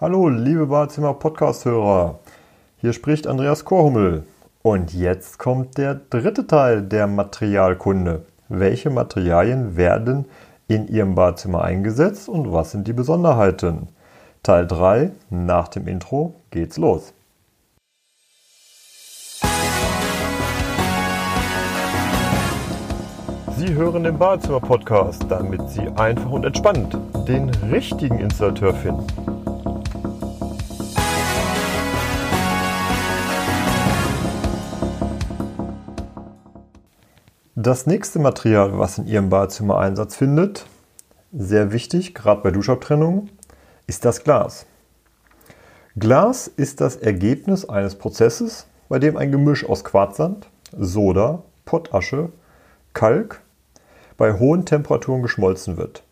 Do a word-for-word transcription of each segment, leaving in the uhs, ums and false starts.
Hallo, liebe Badezimmer-Podcast-Hörer. Hier spricht Andreas Korhummel. Und jetzt kommt der dritte Teil der Materialkunde. Welche Materialien werden in Ihrem Badezimmer eingesetzt und was sind die Besonderheiten? Teil drei, nach dem Intro geht's los. Sie hören den Badezimmer-Podcast, damit Sie einfach und entspannt den richtigen Installateur finden. Das nächste Material, was in Ihrem Badezimmer Einsatz findet, sehr wichtig, gerade bei Duschabtrennungen, ist das Glas. Glas ist das Ergebnis eines Prozesses, bei dem ein Gemisch aus Quarzsand, Soda, Pottasche, Kalk bei hohen Temperaturen geschmolzen wird.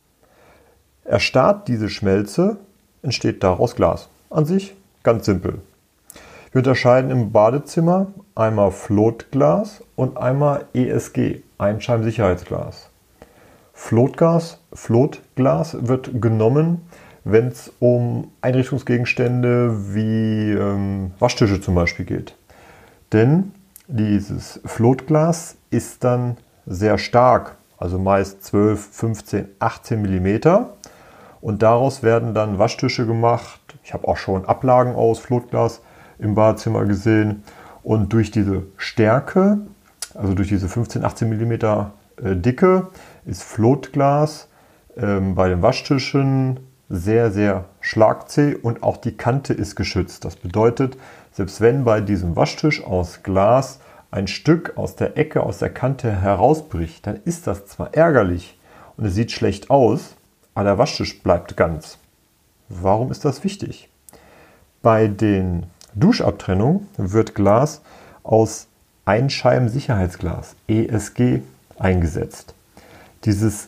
Erstarrt diese Schmelze, entsteht daraus Glas. An sich ganz simpel. Wir unterscheiden im Badezimmer einmal Floatglas und einmal E S G, Einscheibensicherheitsglas. Floatglas, Floatglas wird genommen, wenn es um Einrichtungsgegenstände wie ähm, Waschtische zum Beispiel geht. Denn dieses Floatglas ist dann sehr stark, also meist zwölf, fünfzehn, achtzehn Millimeter. Und daraus werden dann Waschtische gemacht. Ich habe auch schon Ablagen aus Floatglas im Badezimmer gesehen. Und durch diese Stärke, also durch diese fünfzehn, achtzehn Millimeter äh, Dicke, ist Floatglas ähm, bei den Waschtischen sehr, sehr schlagzäh und auch die Kante ist geschützt. Das bedeutet, selbst wenn bei diesem Waschtisch aus Glas ein Stück aus der Ecke, aus der Kante herausbricht, dann ist das zwar ärgerlich und es sieht schlecht aus, aber der Waschtisch bleibt ganz. Warum ist das wichtig? Bei den Duschabtrennungen wird Glas aus Einscheibensicherheitsglas, E S G, eingesetzt. Dieses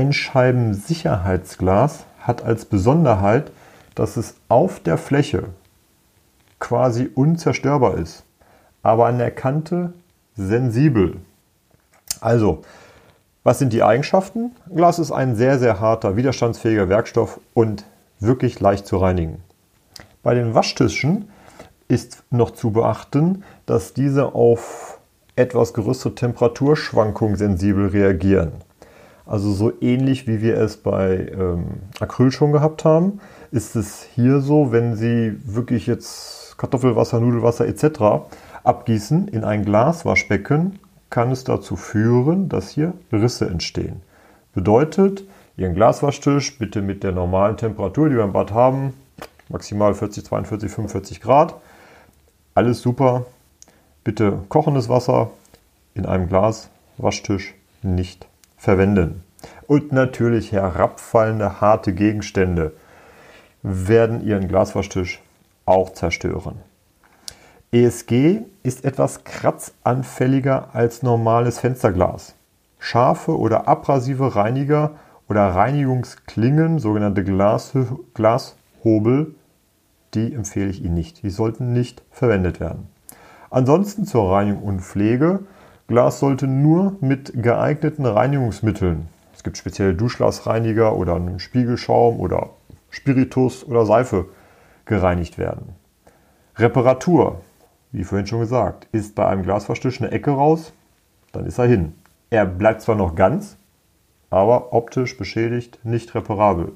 Einscheibensicherheitsglas hat als Besonderheit, dass es auf der Fläche quasi unzerstörbar ist, aber an der Kante sensibel. Also, was sind die Eigenschaften? Glas ist ein sehr, sehr harter, widerstandsfähiger Werkstoff und wirklich leicht zu reinigen. Bei den Waschtischen ist noch zu beachten, dass diese auf etwas größere Temperaturschwankungen sensibel reagieren. Also so ähnlich wie wir es bei ähm, Acryl schon gehabt haben, ist es hier so, wenn Sie wirklich jetzt Kartoffelwasser, Nudelwasser et cetera abgießen in ein Glaswaschbecken, kann es dazu führen, dass hier Risse entstehen. Bedeutet, Ihren Glaswaschtisch bitte mit der normalen Temperatur, die wir im Bad haben, maximal vierzig, zweiundvierzig, fünfundvierzig Grad, alles super. Bitte kochendes Wasser in einem Glaswaschtisch nicht verwenden. Und natürlich herabfallende harte Gegenstände werden Ihren Glaswaschtisch auch zerstören. E S G ist etwas kratzanfälliger als normales Fensterglas. Scharfe oder abrasive Reiniger oder Reinigungsklingen, sogenannte Glas, Glashobel, die empfehle ich Ihnen nicht. Die sollten nicht verwendet werden. Ansonsten zur Reinigung und Pflege. Glas sollte nur mit geeigneten Reinigungsmitteln, es gibt spezielle Duschglasreiniger oder einen Spiegelschaum oder Spiritus oder Seife, gereinigt werden. Reparatur, wie vorhin schon gesagt, ist bei einem Glaswaschtisch eine Ecke raus, dann ist er hin. Er bleibt zwar noch ganz, aber optisch beschädigt, nicht reparabel.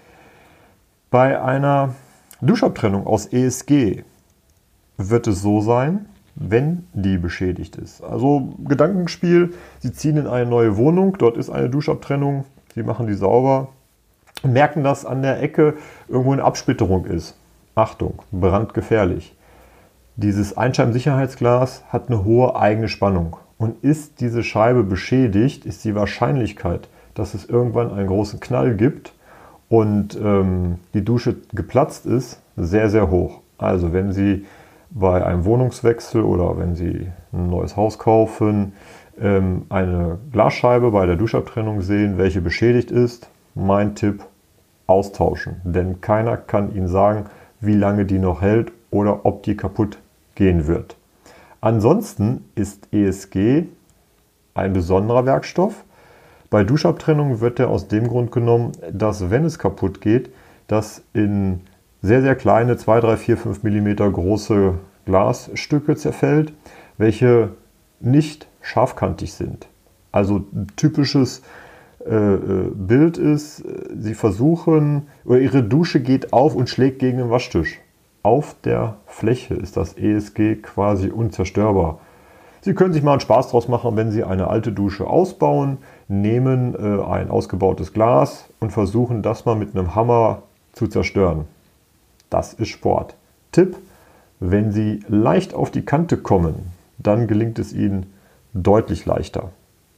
Bei einer Duschabtrennung aus E S G wird es so sein, wenn die beschädigt ist. Also Gedankenspiel, Sie ziehen in eine neue Wohnung, dort ist eine Duschabtrennung, Sie machen die sauber, merken, dass an der Ecke irgendwo eine Absplitterung ist. Achtung, brandgefährlich. Dieses Einscheibensicherheitsglas hat eine hohe eigene Spannung und ist diese Scheibe beschädigt, ist die Wahrscheinlichkeit, dass es irgendwann einen großen Knall gibt und ähm, die Dusche geplatzt ist, sehr, sehr hoch. Also wenn Sie bei einem Wohnungswechsel oder wenn Sie ein neues Haus kaufen, ähm, eine Glasscheibe bei der Duschabtrennung sehen, welche beschädigt ist, mein Tipp, austauschen. Denn keiner kann Ihnen sagen, wie lange die noch hält oder ob die kaputt gehen wird. Ansonsten ist E S G ein besonderer Werkstoff. Bei Duschabtrennung wird er aus dem Grund genommen, dass, wenn es kaputt geht, das in sehr, sehr kleine zwei, drei, vier, fünf Millimeter große Glasstücke zerfällt, welche nicht scharfkantig sind. Also ein typisches äh, Bild ist, sie versuchen, oder ihre Dusche geht auf und schlägt gegen den Waschtisch. Auf der Fläche ist das E S G quasi unzerstörbar. Sie können sich mal einen Spaß draus machen, wenn Sie eine alte Dusche ausbauen, nehmen äh, ein ausgebautes Glas und versuchen das mal mit einem Hammer zu zerstören. Das ist Sport. Tipp: Wenn Sie leicht auf die Kante kommen, dann gelingt es Ihnen deutlich leichter.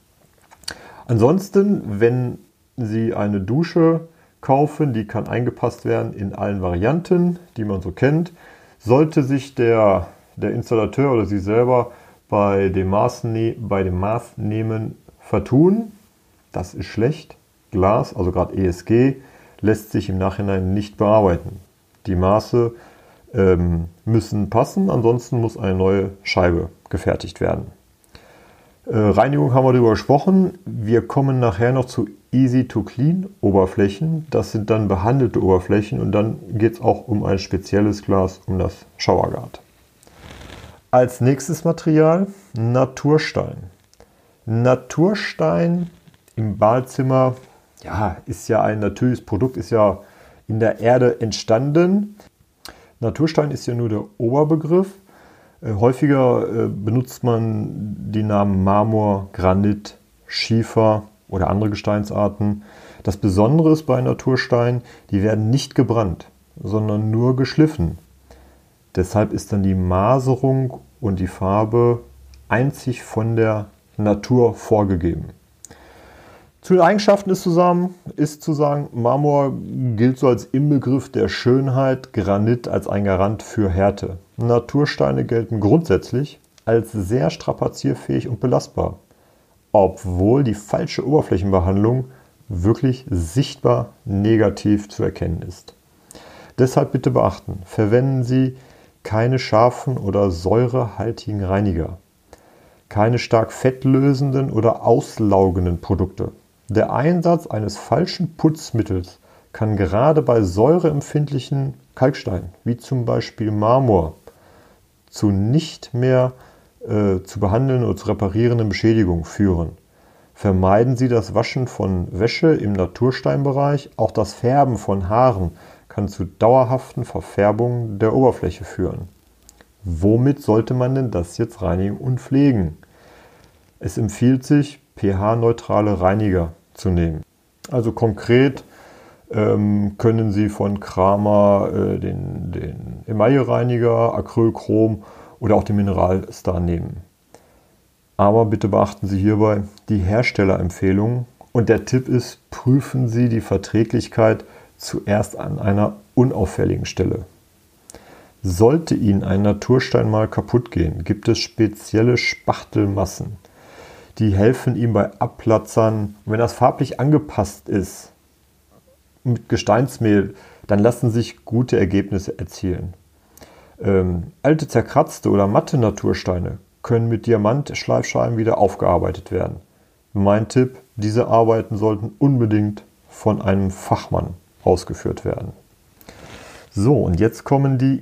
Ansonsten, wenn Sie eine Dusche kaufen, die kann eingepasst werden in allen Varianten, die man so kennt. Sollte sich der, der Installateur oder Sie selber bei dem, Maßne- bei dem Maßnehmen vertun, das ist schlecht. Glas, also gerade E S G, lässt sich im Nachhinein nicht bearbeiten. Die Maße ähm, müssen passen, ansonsten muss eine neue Scheibe gefertigt werden. Äh, Reinigung haben wir darüber gesprochen. Wir kommen nachher noch zu Easy-to-Clean-Oberflächen. Das sind dann behandelte Oberflächen und dann geht es auch um ein spezielles Glas, um das Showerguard. Als nächstes Material Naturstein. Naturstein im Badezimmer, ja, ist ja ein natürliches Produkt, ist ja in der Erde entstanden. Naturstein ist ja nur der Oberbegriff. Äh, häufiger äh, benutzt man die Namen Marmor, Granit, Schiefer oder andere Gesteinsarten. Das Besondere ist bei Naturstein, die werden nicht gebrannt, sondern nur geschliffen. Deshalb ist dann die Maserung und die Farbe einzig von der Natur vorgegeben. Zu den Eigenschaften ist, zusammen, ist zu sagen, Marmor gilt so als Inbegriff der Schönheit, Granit als ein Garant für Härte. Natursteine gelten grundsätzlich als sehr strapazierfähig und belastbar, obwohl die falsche Oberflächenbehandlung wirklich sichtbar negativ zu erkennen ist. Deshalb bitte beachten, verwenden Sie keine scharfen oder säurehaltigen Reiniger, keine stark fettlösenden oder auslaugenden Produkte. Der Einsatz eines falschen Putzmittels kann gerade bei säureempfindlichen Kalksteinen, wie zum Beispiel Marmor, zu nicht mehr äh, zu behandelnden oder zu reparierenden Beschädigungen führen. Vermeiden Sie das Waschen von Wäsche im Natursteinbereich. Auch das Färben von Haaren kann zu dauerhaften Verfärbungen der Oberfläche führen. Womit sollte man denn das jetzt reinigen und pflegen? Es empfiehlt sich, pH-neutrale Reiniger zu nehmen. Also konkret ähm, können Sie von Kramer äh, den, den Emaille-Reiniger, Acrylchrom oder auch den Mineralstar nehmen. Aber bitte beachten Sie hierbei die Herstellerempfehlungen und der Tipp ist, prüfen Sie die Verträglichkeit zuerst an einer unauffälligen Stelle. Sollte Ihnen ein Naturstein mal kaputt gehen, gibt es spezielle Spachtelmassen. Die helfen ihm bei Abplatzern. Und wenn das farblich angepasst ist mit Gesteinsmehl, dann lassen sich gute Ergebnisse erzielen. Ähm, alte zerkratzte oder matte Natursteine können mit Diamantschleifscheiben wieder aufgearbeitet werden. Mein Tipp, diese Arbeiten sollten unbedingt von einem Fachmann ausgeführt werden. So, und jetzt kommen die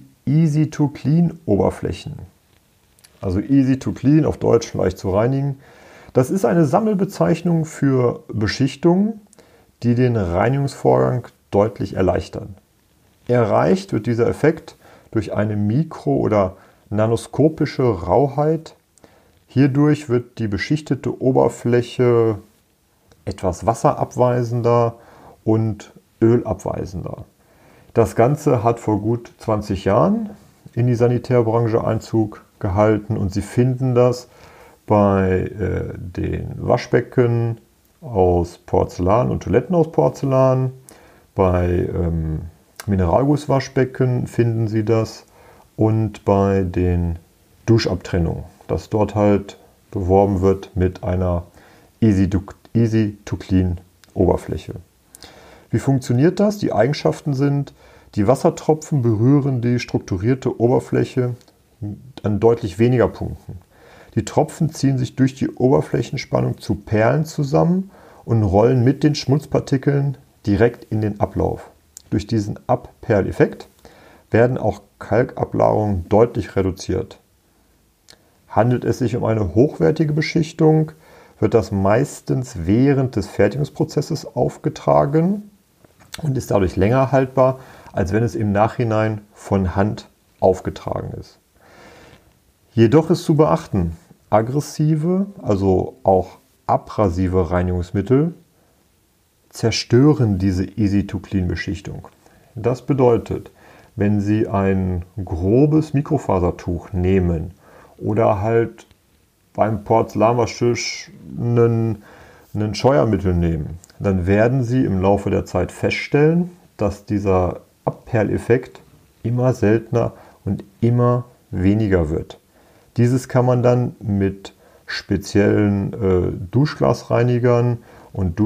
Easy-to-Clean-Oberflächen. Also Easy-to-Clean, auf Deutsch leicht zu reinigen. Das ist eine Sammelbezeichnung für Beschichtungen, die den Reinigungsvorgang deutlich erleichtern. Erreicht wird dieser Effekt durch eine mikro- oder nanoskopische Rauheit. Hierdurch wird die beschichtete Oberfläche etwas wasserabweisender und ölabweisender. Das Ganze hat vor gut zwanzig Jahren in die Sanitärbranche Einzug gehalten und Sie finden das bei äh, den Waschbecken aus Porzellan und Toiletten aus Porzellan. Bei ähm, Mineralgusswaschbecken finden Sie das und bei den Duschabtrennungen, dass dort halt beworben wird mit einer Easy-to-Clean Oberfläche. Wie funktioniert das? Die Eigenschaften sind, die Wassertropfen berühren die strukturierte Oberfläche an deutlich weniger Punkten. Die Tropfen ziehen sich durch die Oberflächenspannung zu Perlen zusammen und rollen mit den Schmutzpartikeln direkt in den Ablauf. Durch diesen Abperleffekt werden auch Kalkablagerungen deutlich reduziert. Handelt es sich um eine hochwertige Beschichtung, wird das meistens während des Fertigungsprozesses aufgetragen und ist dadurch länger haltbar, als wenn es im Nachhinein von Hand aufgetragen ist. Jedoch ist zu beachten, aggressive, also auch abrasive Reinigungsmittel zerstören diese Easy to Clean Beschichtung. Das bedeutet, wenn Sie ein grobes Mikrofasertuch nehmen oder halt beim Porzellanwaschtisch einen, einen Scheuermittel nehmen, dann werden Sie im Laufe der Zeit feststellen, dass dieser Abperleffekt immer seltener und immer weniger wird. Dieses kann man dann mit speziellen äh, Duschglasreinigern und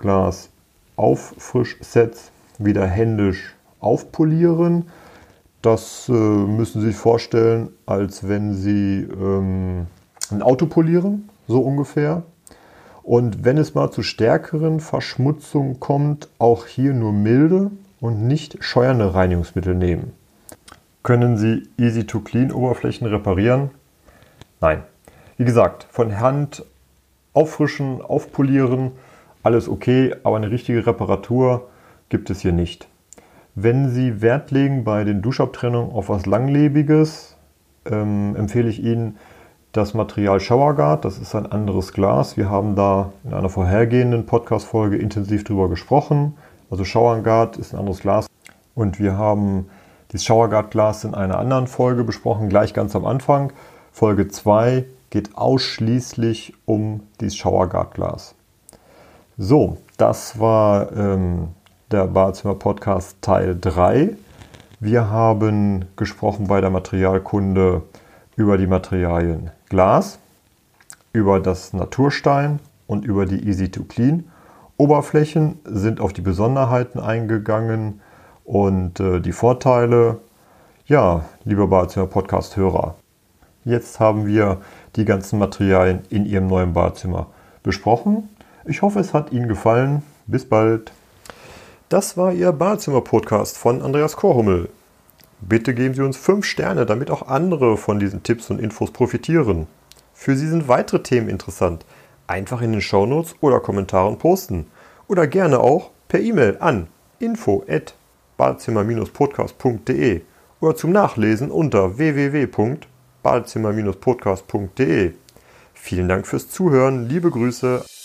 Duschglasauffrischsets wieder händisch aufpolieren. Das äh, müssen Sie sich vorstellen, als wenn Sie ähm, ein Auto polieren, so ungefähr. Und wenn es mal zu stärkeren Verschmutzungen kommt, auch hier nur milde und nicht scheuernde Reinigungsmittel nehmen. Können Sie Easy to Clean Oberflächen reparieren? Nein. Wie gesagt, von Hand auffrischen, aufpolieren, alles okay, aber eine richtige Reparatur gibt es hier nicht. Wenn Sie Wert legen bei den Duschabtrennungen auf was Langlebiges, ähm, empfehle ich Ihnen das Material Showerguard. Das ist ein anderes Glas. Wir haben da in einer vorhergehenden Podcast-Folge intensiv drüber gesprochen. Also Showerguard ist ein anderes Glas. Und wir haben dieses Showerguard-Glas in einer anderen Folge besprochen, gleich ganz am Anfang. Folge zwei geht ausschließlich um dieses Showerguard-Glas. So, das war ähm, der Badezimmer-Podcast Teil drei. Wir haben gesprochen bei der Materialkunde über die Materialien Glas, über das Naturstein und über die Easy to Clean Oberflächen, sind auf die Besonderheiten eingegangen und äh, die Vorteile. Ja, liebe Badezimmer-Podcast-Hörer, jetzt haben wir die ganzen Materialien in Ihrem neuen Badezimmer besprochen. Ich hoffe, es hat Ihnen gefallen. Bis bald. Das war Ihr Badezimmer-Podcast von Andreas Korhummel. Bitte geben Sie uns fünf Sterne, damit auch andere von diesen Tipps und Infos profitieren. Für Sie sind weitere Themen interessant. Einfach in den Shownotes oder Kommentaren posten. Oder gerne auch per E-Mail an info at badezimmer Bindestrich podcast punkt de oder zum Nachlesen unter w w w punkt badezimmer Bindestrich podcast punkt de. Vielen Dank fürs Zuhören. Liebe Grüße.